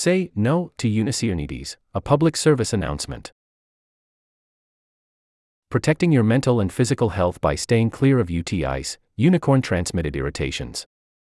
Say no to Unicornitis, a public service announcement. Protecting your mental and physical health by staying clear of UTIs, unicorn-transmitted irritations.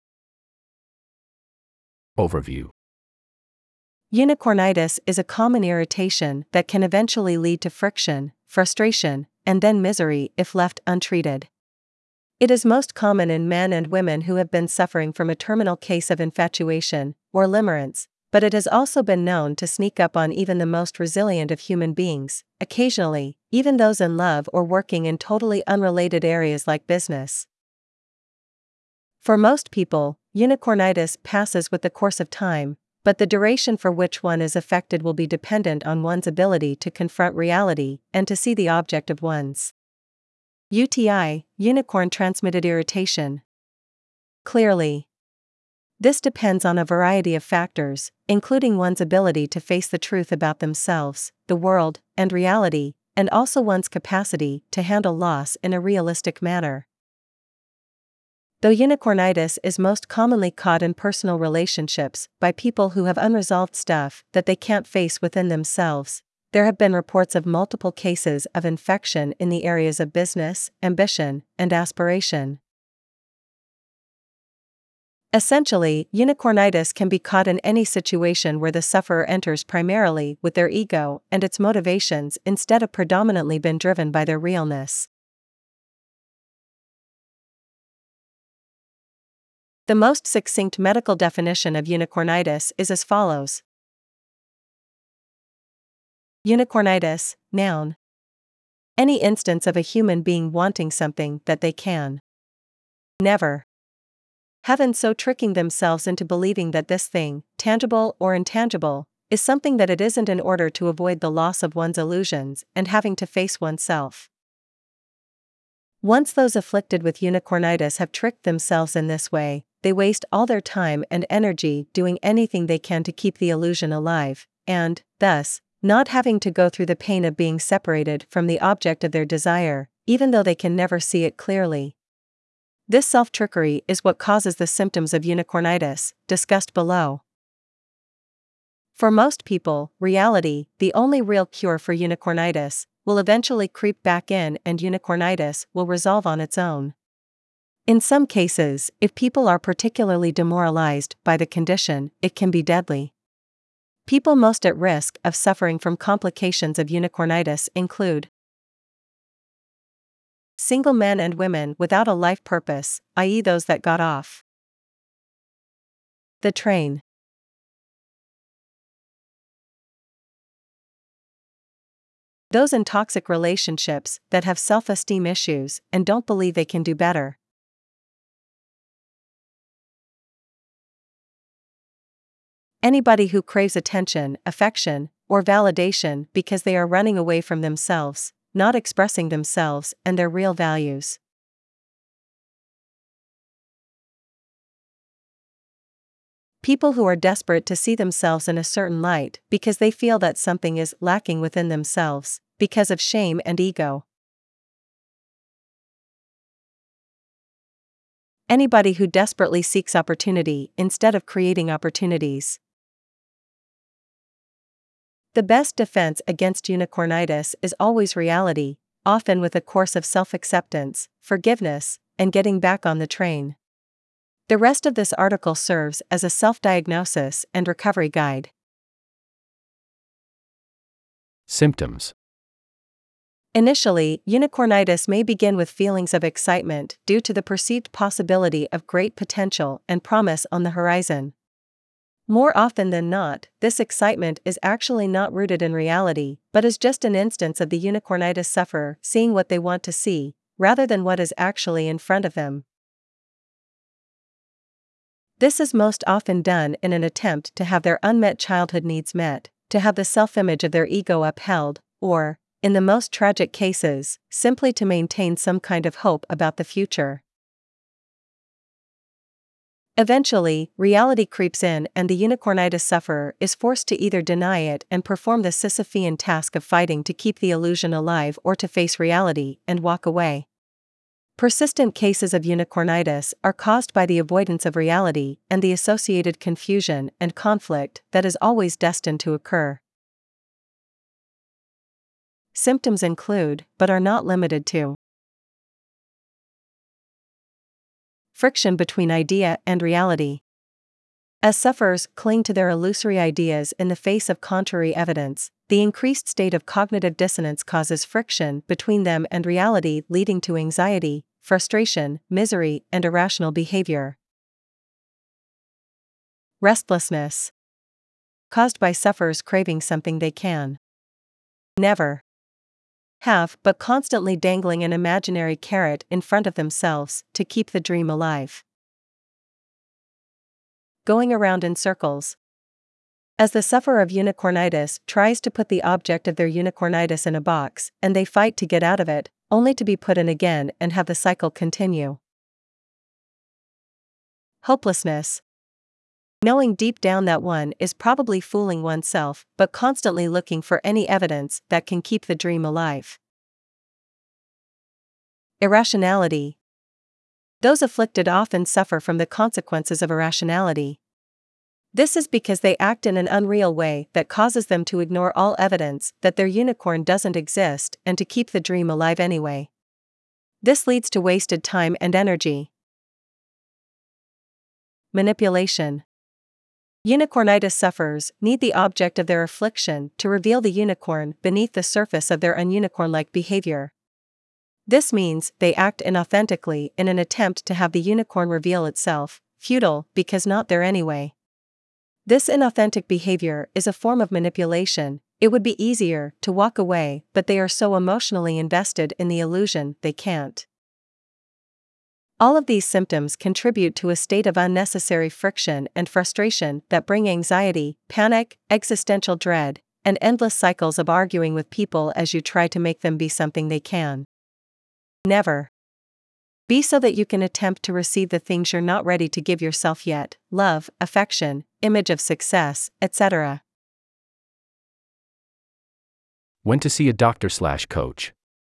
Overview. Unicornitis is a common irritation that can eventually lead to friction, frustration, and then misery if left untreated. It is most common in men and women who have been suffering from a terminal case of infatuation or limerence, but it has also been known to sneak up on even the most resilient of human beings, occasionally, even those in love or working in totally unrelated areas like business. For most people, unicornitis passes with the course of time, but the duration for which one is affected will be dependent on one's ability to confront reality and to see the object of one's UTI, unicorn-transmitted irritation, clearly. This depends on a variety of factors, including one's ability to face the truth about themselves, the world, and reality, and also one's capacity to handle loss in a realistic manner. Though unicornitis is most commonly caught in personal relationships by people who have unresolved stuff that they can't face within themselves, there have been reports of multiple cases of infection in the areas of business, ambition, and aspiration. Essentially, unicornitis can be caught in any situation where the sufferer enters primarily with their ego and its motivations instead of predominantly been driven by their realness. The most succinct medical definition of unicornitis is as follows. Unicornitis, noun. Any instance of a human being wanting something that they can never have, and so tricking themselves into believing that this thing, tangible or intangible, is something that it isn't in order to avoid the loss of one's illusions and having to face oneself. Once those afflicted with unicornitis have tricked themselves in this way, they waste all their time and energy doing anything they can to keep the illusion alive, and, thus, not having to go through the pain of being separated from the object of their desire, even though they can never see it clearly. This self-trickery is what causes the symptoms of unicornitis, discussed below. For most people, reality, the only real cure for unicornitis, will eventually creep back in and unicornitis will resolve on its own. In some cases, if people are particularly demoralized by the condition, it can be deadly. People most at risk of suffering from complications of unicornitis include single men and women without a life purpose, i.e. those that got off the train. Those in toxic relationships that have self-esteem issues and don't believe they can do better. Anybody who craves attention, affection, or validation because they are running away from themselves, not expressing themselves and their real values. People who are desperate to see themselves in a certain light because they feel that something is lacking within themselves, because of shame and ego. Anybody who desperately seeks opportunity instead of creating opportunities. The best defense against unicornitis is always reality, often with a course of self-acceptance, forgiveness, and getting back on the train. The rest of this article serves as a self-diagnosis and recovery guide. Symptoms. Initially, unicornitis may begin with feelings of excitement due to the perceived possibility of great potential and promise on the horizon. More often than not, this excitement is actually not rooted in reality, but is just an instance of the unicornitis sufferer seeing what they want to see, rather than what is actually in front of them. This is most often done in an attempt to have their unmet childhood needs met, to have the self-image of their ego upheld, or, in the most tragic cases, simply to maintain some kind of hope about the future. Eventually, reality creeps in and the unicornitis sufferer is forced to either deny it and perform the Sisyphean task of fighting to keep the illusion alive or to face reality and walk away. Persistent cases of unicornitis are caused by the avoidance of reality and the associated confusion and conflict that is always destined to occur. Symptoms include, but are not limited to, friction between idea and reality. As sufferers cling to their illusory ideas in the face of contrary evidence, the increased state of cognitive dissonance causes friction between them and reality, leading to anxiety, frustration, misery, and irrational behavior. Restlessness, caused by sufferers craving something they can never have, but constantly dangling an imaginary carrot in front of themselves to keep the dream alive. Going around in circles. As the sufferer of unicornitis tries to put the object of their unicornitis in a box, and they fight to get out of it, only to be put in again and have the cycle continue. Hopelessness. Knowing deep down that one is probably fooling oneself, but constantly looking for any evidence that can keep the dream alive. Irrationality. Those afflicted often suffer from the consequences of irrationality. This is because they act in an unreal way that causes them to ignore all evidence that their unicorn doesn't exist and to keep the dream alive anyway. This leads to wasted time and energy. Manipulation. Unicornitis sufferers need the object of their affliction to reveal the unicorn beneath the surface of their ununicorn-like behavior. This means they act inauthentically in an attempt to have the unicorn reveal itself, futile because not there anyway. This inauthentic behavior is a form of manipulation. It would be easier to walk away, but they are so emotionally invested in the illusion they can't. All of these symptoms contribute to a state of unnecessary friction and frustration that bring anxiety, panic, existential dread, and endless cycles of arguing with people as you try to make them be something they can never be, so that you can attempt to receive the things you're not ready to give yourself yet: love, affection, image of success, etc. When to see a doctor/coach.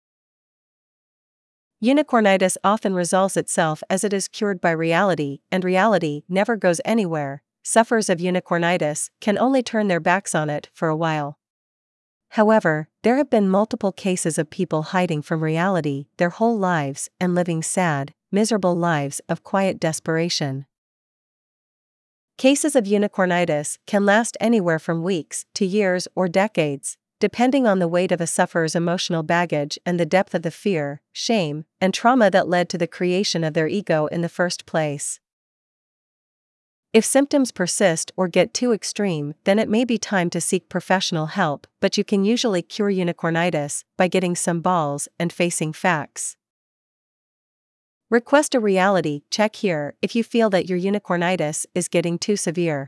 Unicornitis often resolves itself as it is cured by reality, and reality never goes anywhere. Sufferers of unicornitis can only turn their backs on it for a while. However, there have been multiple cases of people hiding from reality their whole lives and living sad, miserable lives of quiet desperation. Cases of unicornitis can last anywhere from weeks to years or decades, depending on the weight of a sufferer's emotional baggage and the depth of the fear, shame, and trauma that led to the creation of their ego in the first place. If symptoms persist or get too extreme, then it may be time to seek professional help, but you can usually cure unicornitis by getting some balls and facing facts. Request a reality check here if you feel that your unicornitis is getting too severe.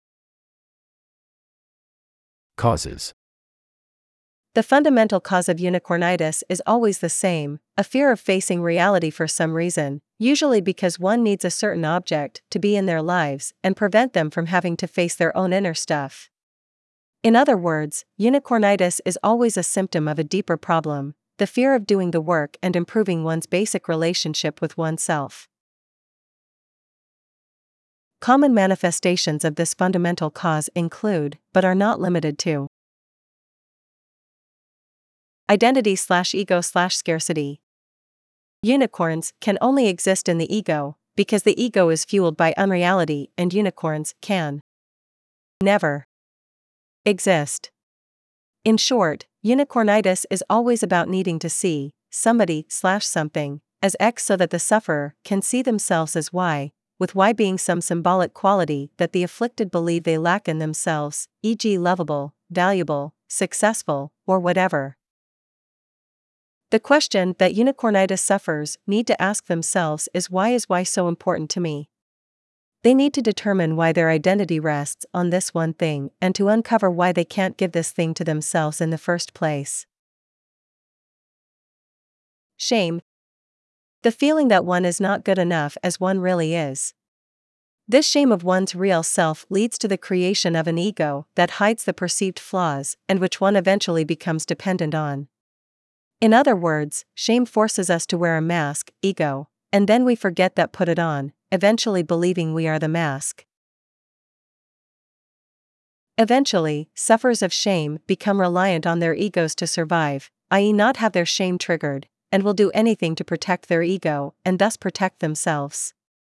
Causes. The fundamental cause of unicornitis is always the same: a fear of facing reality for some reason, usually because one needs a certain object to be in their lives and prevent them from having to face their own inner stuff. In other words, unicornitis is always a symptom of a deeper problem: the fear of doing the work and improving one's basic relationship with oneself. Common manifestations of this fundamental cause include, but are not limited to, identity/ego/scarcity. Unicorns can only exist in the ego, because the ego is fueled by unreality, and unicorns can never exist. In short, unicornitis is always about needing to see somebody/something as X so that the sufferer can see themselves as Y, with Y being some symbolic quality that the afflicted believe they lack in themselves, e.g., lovable, valuable, successful, or whatever. The question that unicornitis sufferers need to ask themselves is, why is Y so important to me? They need to determine why their identity rests on this one thing and to uncover why they can't give this thing to themselves in the first place. Shame. The feeling that one is not good enough as one really is. This shame of one's real self leads to the creation of an ego that hides the perceived flaws and which one eventually becomes dependent on. In other words, shame forces us to wear a mask, ego, and then we forget that put it on, eventually believing we are the mask. Eventually, sufferers of shame become reliant on their egos to survive, i.e., not have their shame triggered, and will do anything to protect their ego and thus protect themselves.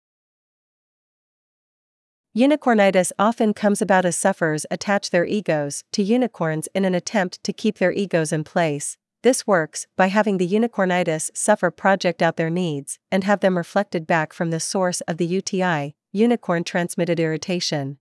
Unicornitis often comes about as sufferers attach their egos to unicorns in an attempt to keep their egos in place. This works by having the unicornitis sufferer project out their needs and have them reflected back from the source of the UTI, unicorn-transmitted irritation.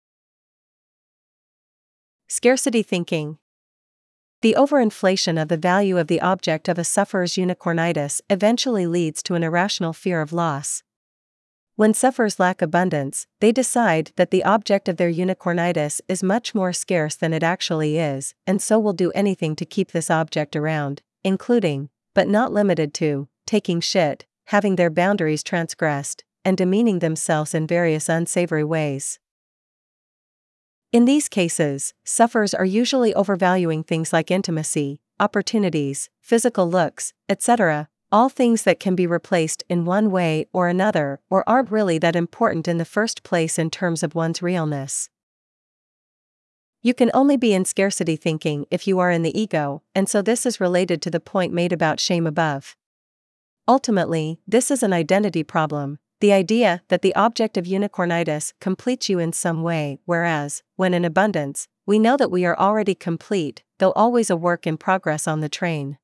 Scarcity thinking. The overinflation of the value of the object of a sufferer's unicornitis eventually leads to an irrational fear of loss. When sufferers lack abundance, they decide that the object of their unicornitis is much more scarce than it actually is, and so will do anything to keep this object around, including, but not limited to, taking shit, having their boundaries transgressed, and demeaning themselves in various unsavory ways. In these cases, sufferers are usually overvaluing things like intimacy, opportunities, physical looks, etc., all things that can be replaced in one way or another or aren't really that important in the first place in terms of one's realness. You can only be in scarcity thinking if you are in the ego, and so this is related to the point made about shame above. Ultimately, this is an identity problem, the idea that the object of unicornitis completes you in some way, whereas, when in abundance, we know that we are already complete, though always a work in progress on the train.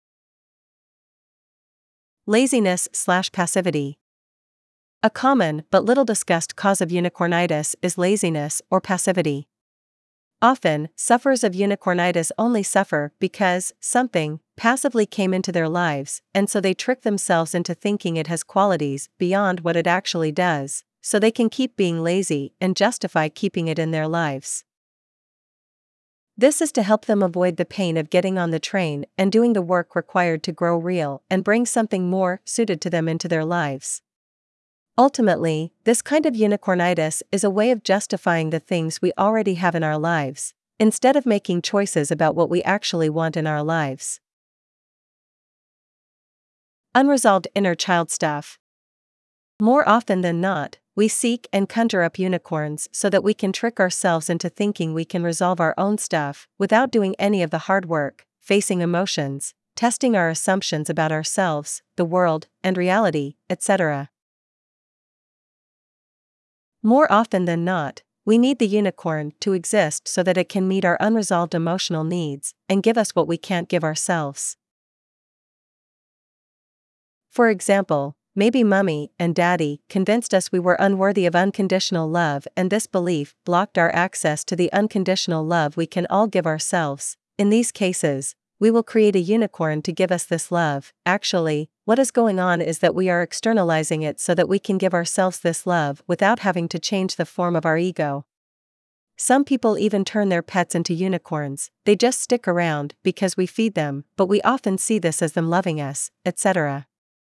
Laziness/passivity. A common but little discussed cause of unicornitis is laziness or passivity. Often, sufferers of unicornitis only suffer because something passively came into their lives, and so they trick themselves into thinking it has qualities beyond what it actually does, so they can keep being lazy and justify keeping it in their lives. This is to help them avoid the pain of getting on the train and doing the work required to grow real and bring something more suited to them into their lives. Ultimately, this kind of unicornitis is a way of justifying the things we already have in our lives, instead of making choices about what we actually want in our lives. Unresolved inner child stuff. More often than not, we seek and conjure up unicorns so that we can trick ourselves into thinking we can resolve our own stuff without doing any of the hard work, facing emotions, testing our assumptions about ourselves, the world, and reality, etc. More often than not, we need the unicorn to exist so that it can meet our unresolved emotional needs and give us what we can't give ourselves. For example, maybe Mommy and Daddy convinced us we were unworthy of unconditional love, and this belief blocked our access to the unconditional love we can all give ourselves. In these cases, we will create a unicorn to give us this love. Actually, what is going on is that we are externalizing it so that we can give ourselves this love without having to change the form of our ego. Some people even turn their pets into unicorns. They just stick around because we feed them, but we often see this as them loving us, etc.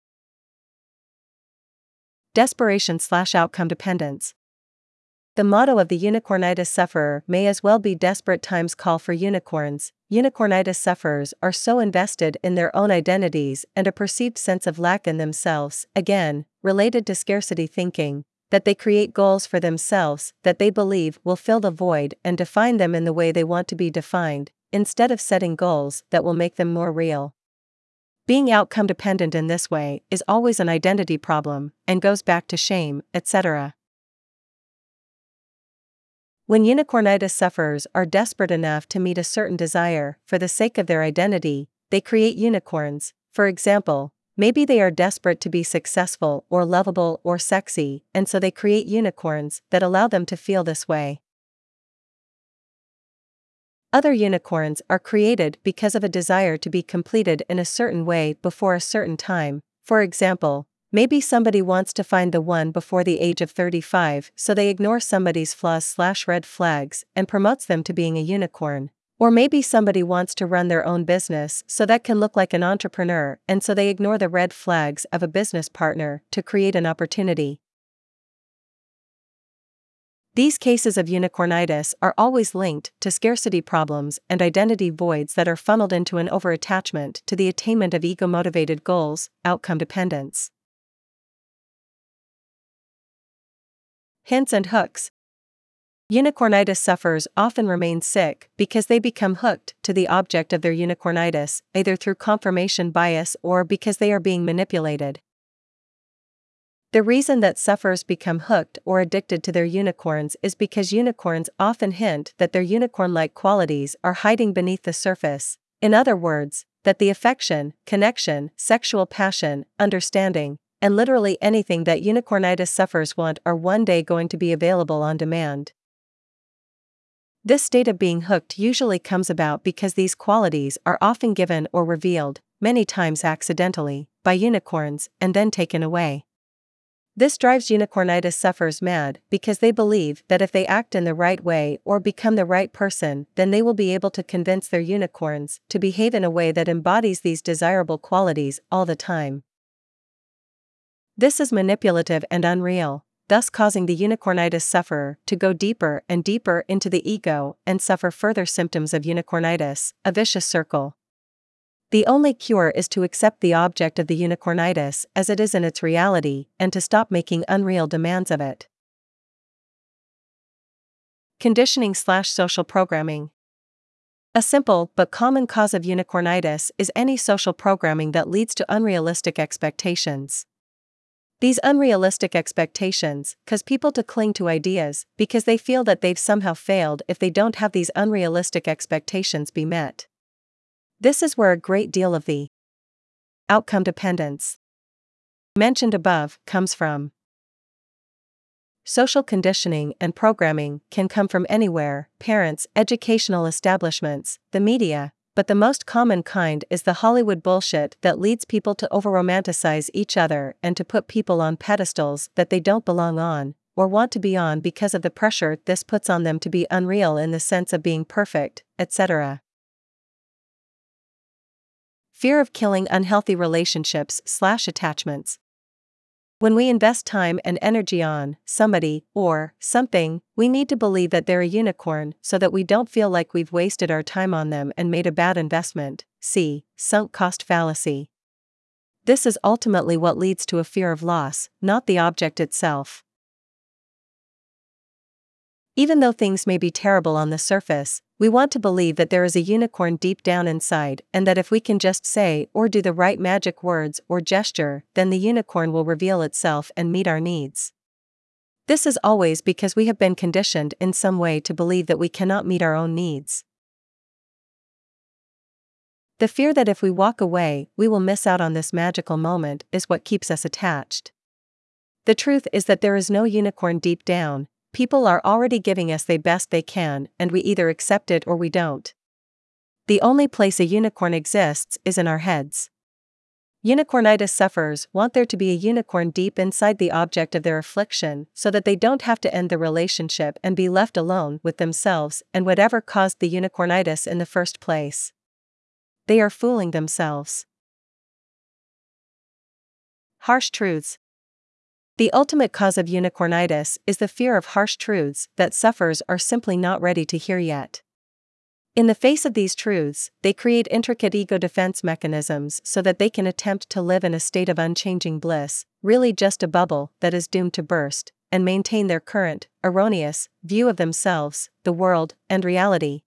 Desperation/outcome dependence. The motto of the unicornitis sufferer may as well be "Desperate times call for unicorns." Unicornitis sufferers are so invested in their own identities and a perceived sense of lack in themselves, again, related to scarcity thinking, that they create goals for themselves that they believe will fill the void and define them in the way they want to be defined, instead of setting goals that will make them more real. Being outcome dependent in this way is always an identity problem and goes back to shame, etc. When unicornitis sufferers are desperate enough to meet a certain desire for the sake of their identity, they create unicorns. For example, maybe they are desperate to be successful or lovable or sexy, and so they create unicorns that allow them to feel this way. Other unicorns are created because of a desire to be completed in a certain way before a certain time. For example, maybe somebody wants to find the one before the age of 35, so they ignore somebody's flaws/red flags and promotes them to being a unicorn. Or maybe somebody wants to run their own business so that can look like an entrepreneur, and so they ignore the red flags of a business partner to create an opportunity. These cases of unicornitis are always linked to scarcity problems and identity voids that are funneled into an overattachment to the attainment of ego-motivated goals, outcome dependence. Hints and hooks. Unicornitis sufferers often remain sick because they become hooked to the object of their unicornitis, either through confirmation bias or because they are being manipulated. The reason that sufferers become hooked or addicted to their unicorns is because unicorns often hint that their unicorn-like qualities are hiding beneath the surface. In other words, that the affection, connection, sexual passion, understanding, and literally anything that unicornitis sufferers want are one day going to be available on demand. This state of being hooked usually comes about because these qualities are often given or revealed, many times accidentally, by unicorns and then taken away. This drives unicornitis sufferers mad because they believe that if they act in the right way or become the right person, then they will be able to convince their unicorns to behave in a way that embodies these desirable qualities all the time. This is manipulative and unreal, thus causing the unicornitis sufferer to go deeper and deeper into the ego and suffer further symptoms of unicornitis, a vicious circle. The only cure is to accept the object of the unicornitis as it is in its reality and to stop making unreal demands of it. Conditioning/social programming. A simple but common cause of unicornitis is any social programming that leads to unrealistic expectations. These unrealistic expectations cause people to cling to ideas because they feel that they've somehow failed if they don't have these unrealistic expectations be met. This is where a great deal of the outcome dependence mentioned above comes from. Social conditioning and programming can come from anywhere: parents, educational establishments, the media, but the most common kind is the Hollywood bullshit that leads people to over-romanticize each other and to put people on pedestals that they don't belong on, or want to be on because of the pressure this puts on them to be unreal in the sense of being perfect, etc. Fear of killing unhealthy relationships/attachments. When we invest time and energy on somebody or something, we need to believe that they're a unicorn so that we don't feel like we've wasted our time on them and made a bad investment. See, sunk cost fallacy. This is ultimately what leads to a fear of loss, not the object itself. Even though things may be terrible on the surface, we want to believe that there is a unicorn deep down inside and that if we can just say or do the right magic words or gesture, then the unicorn will reveal itself and meet our needs. This is always because we have been conditioned in some way to believe that we cannot meet our own needs. The fear that if we walk away, we will miss out on this magical moment is what keeps us attached. The truth is that there is no unicorn deep down. People are already giving us the best they can, and we either accept it or we don't. The only place a unicorn exists is in our heads. Unicornitis sufferers want there to be a unicorn deep inside the object of their affliction so that they don't have to end the relationship and be left alone with themselves and whatever caused the unicornitis in the first place. They are fooling themselves. Harsh truths. The ultimate cause of unicornitis is the fear of harsh truths that sufferers are simply not ready to hear yet. In the face of these truths, they create intricate ego defense mechanisms so that they can attempt to live in a state of unchanging bliss, really just a bubble that is doomed to burst, and maintain their current, erroneous, view of themselves, the world, and reality.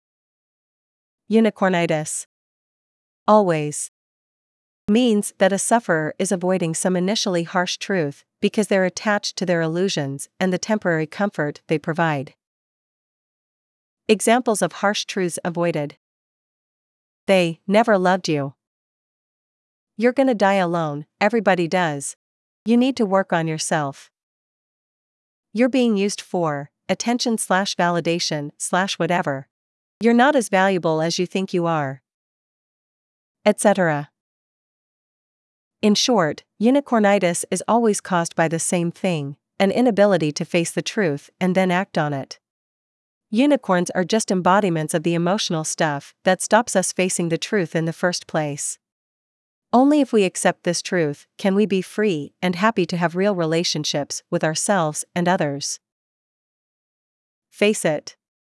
Unicornitis always means that a sufferer is avoiding some initially harsh truth because they're attached to their illusions and the temporary comfort they provide. Examples of harsh truths avoided: they never loved you. You're gonna die alone, everybody does. You need to work on yourself. You're being used for attention/validation/whatever. You're not as valuable as you think you are, etc. In short, unicornitis is always caused by the same thing, an inability to face the truth and then act on it. Unicorns are just embodiments of the emotional stuff that stops us facing the truth in the first place. Only if we accept this truth can we be free and happy to have real relationships with ourselves and others. face it.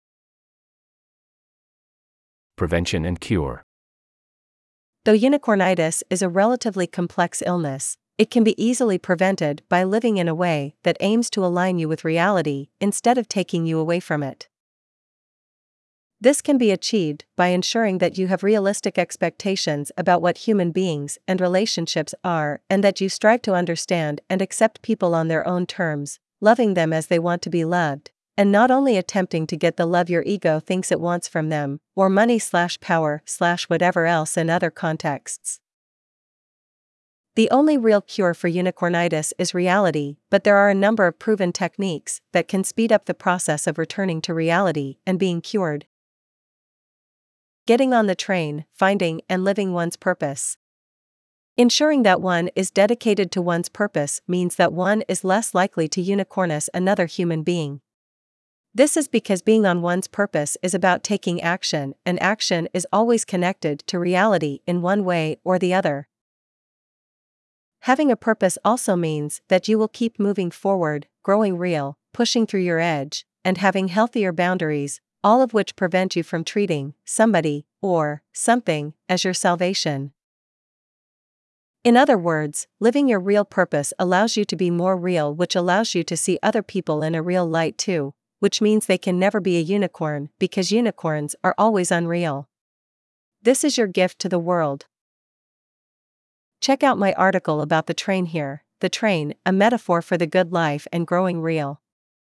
Prevention and cure. Though unicornitis is a relatively complex illness, it can be easily prevented by living in a way that aims to align you with reality instead of taking you away from it. This can be achieved by ensuring that you have realistic expectations about what human beings and relationships are, and that you strive to understand and accept people on their own terms, loving them as they want to be loved, and not only attempting to get the love your ego thinks it wants from them, or money/power/whatever else in other contexts. The only real cure for unicornitis is reality, but there are a number of proven techniques that can speed up the process of returning to reality and being cured. Getting on the train, finding and living one's purpose. Ensuring that one is dedicated to one's purpose means that one is less likely to unicornus another human being. This is because being on one's purpose is about taking action, and action is always connected to reality in one way or the other. Having a purpose also means that you will keep moving forward, growing real, pushing through your edge, and having healthier boundaries, all of which prevent you from treating somebody or something as your salvation. In other words, living your real purpose allows you to be more real, which allows you to see other people in a real light too, which means they can never be a unicorn because unicorns are always unreal. This is your gift to the world. Check out my article about the train here, the train, a metaphor for the good life and growing real.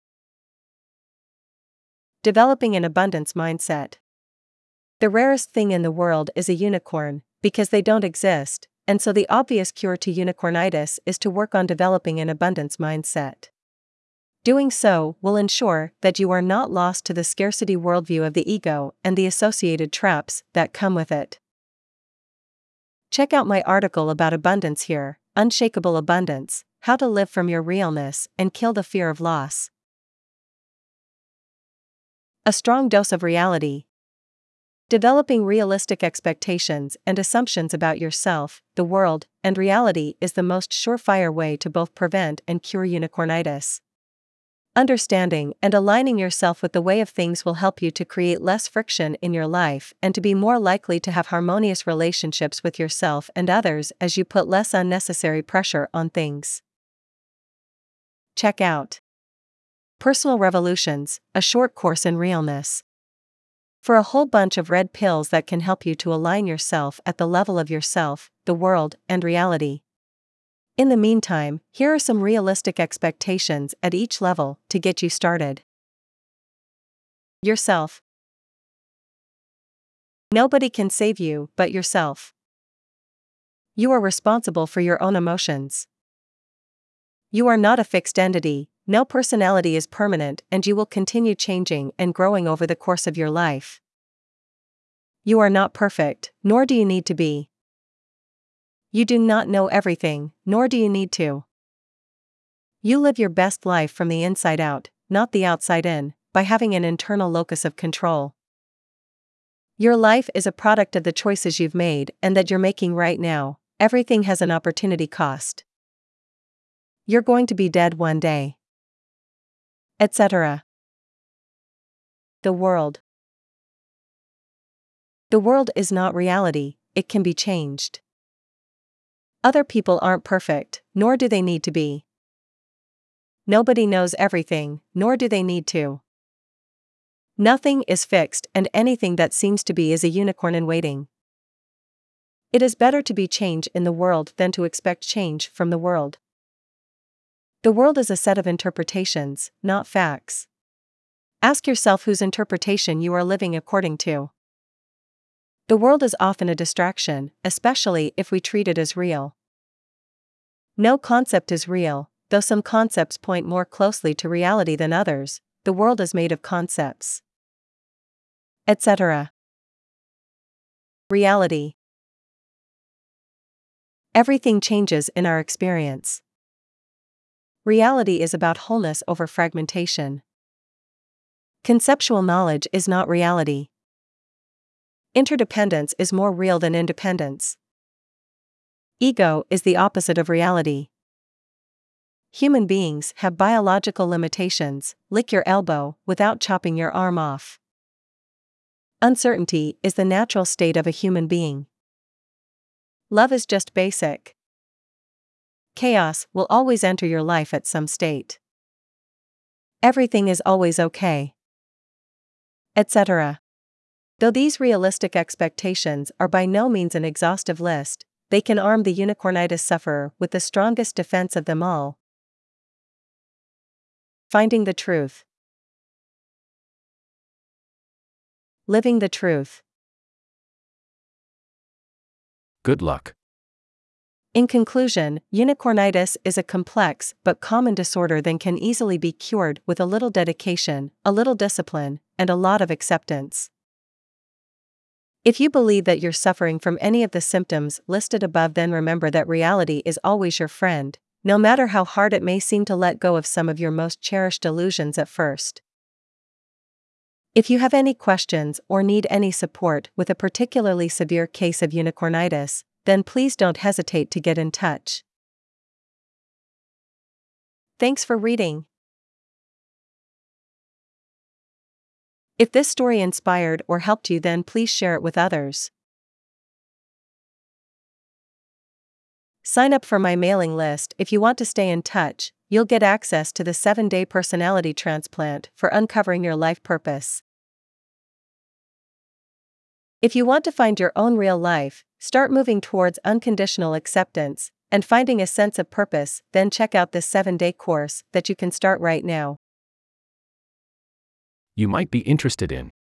Developing an abundance mindset. The rarest thing in the world is a unicorn, because they don't exist, and so the obvious cure to unicornitis is to work on developing an abundance mindset. Doing so will ensure that you are not lost to the scarcity worldview of the ego and the associated traps that come with it. Check out my article about abundance here, Unshakable Abundance, How to Live from Your Realness and Kill the Fear of Loss. A strong dose of reality. Developing realistic expectations and assumptions about yourself, the world, and reality is the most surefire way to both prevent and cure unicornitis. Understanding and aligning yourself with the way of things will help you to create less friction in your life and to be more likely to have harmonious relationships with yourself and others as you put less unnecessary pressure on things. Check out Personal Revolutions, a short course in realness. For a whole bunch of red pills that can help you to align yourself at the level of yourself, the world, and reality. In the meantime, here are some realistic expectations at each level to get you started. Yourself. Nobody can save you but yourself. You are responsible for your own emotions. You are not a fixed entity. No personality is permanent, and you will continue changing and growing over the course of your life. You are not perfect, nor do you need to be. You do not know everything, nor do you need to. You live your best life from the inside out, not the outside in, by having an internal locus of control. Your life is a product of the choices you've made and that you're making right now. Everything has an opportunity cost. You're going to be dead one day. Etc. The world. The world is not reality, it can be changed. Other people aren't perfect, nor do they need to be. Nobody knows everything, nor do they need to. Nothing is fixed, and anything that seems to be is a unicorn in waiting. It is better to be change in the world than to expect change from the world. The world is a set of interpretations, not facts. Ask yourself whose interpretation you are living according to. The world is often a distraction, especially if we treat it as real. No concept is real, though some concepts point more closely to reality than others. The world is made of concepts. Etc. Reality. Everything changes in our experience. Reality is about wholeness over fragmentation. Conceptual knowledge is not reality. Interdependence is more real than independence. Ego is the opposite of reality. Human beings have biological limitations. Lick your elbow without chopping your arm off. Uncertainty is the natural state of a human being. Love is just basic. Chaos will always enter your life at some state. Everything is always okay, etc. Though these realistic expectations are by no means an exhaustive list, they can arm the unicornitis sufferer with the strongest defense of them all: finding the truth. Living the truth. Good luck. In conclusion, unicornitis is a complex but common disorder that can easily be cured with a little dedication, a little discipline, and a lot of acceptance. If you believe that you're suffering from any of the symptoms listed above, then remember that reality is always your friend, no matter how hard it may seem to let go of some of your most cherished illusions at first. If you have any questions or need any support with a particularly severe case of unicornitis, then please don't hesitate to get in touch. Thanks for reading. If this story inspired or helped you, then please share it with others. Sign up for my mailing list if you want to stay in touch. You'll get access to the 7-day personality transplant for uncovering your life purpose. If you want to find your own real life, start moving towards unconditional acceptance, and finding a sense of purpose, then check out this 7-day course that you can start right now. You might be interested in